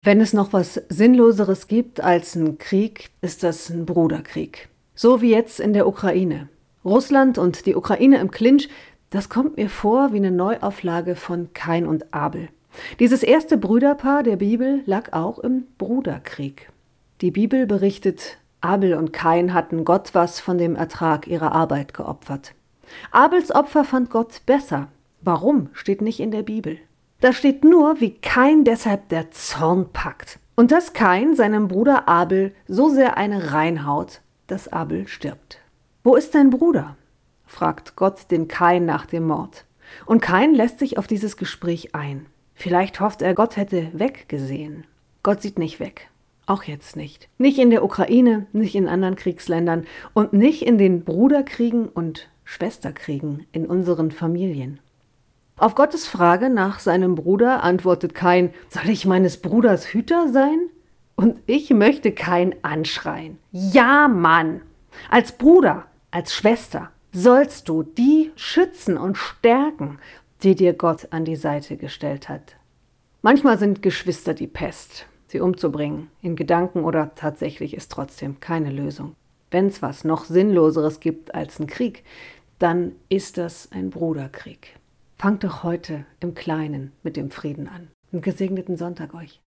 Wenn es noch was Sinnloseres gibt als einen Krieg, ist das ein Bruderkrieg. So wie jetzt in der Ukraine. Russland und die Ukraine im Clinch, das kommt mir vor wie eine Neuauflage von Kain und Abel. Dieses erste Brüderpaar der Bibel lag auch im Bruderkrieg. Die Bibel berichtet, Abel und Kain hatten Gott was von dem Ertrag ihrer Arbeit geopfert. Abels Opfer fand Gott besser. Warum, steht nicht in der Bibel. Da steht nur, wie Kain deshalb der Zorn packt. Und dass Kain seinem Bruder Abel so sehr eine reinhaut, dass Abel stirbt. Wo ist dein Bruder? Fragt Gott den Kain nach dem Mord. Und Kain lässt sich auf dieses Gespräch ein. Vielleicht hofft er, Gott hätte weggesehen. Gott sieht nicht weg. Auch jetzt nicht. Nicht in der Ukraine, nicht in anderen Kriegsländern und nicht in den Bruderkriegen und Schwesterkriegen in unseren Familien. Auf Gottes Frage nach seinem Bruder antwortet Kain: Soll ich meines Bruders Hüter sein? Und ich möchte Kain anschreien. Ja, Mann! Als Bruder, als Schwester sollst du die schützen und stärken, die dir Gott an die Seite gestellt hat. Manchmal sind Geschwister die Pest. Sie umzubringen, in Gedanken oder tatsächlich, ist trotzdem keine Lösung. Wenn es was noch Sinnloseres gibt als einen Krieg, dann ist das ein Bruderkrieg. Fangt doch heute im Kleinen mit dem Frieden an. Einen gesegneten Sonntag euch.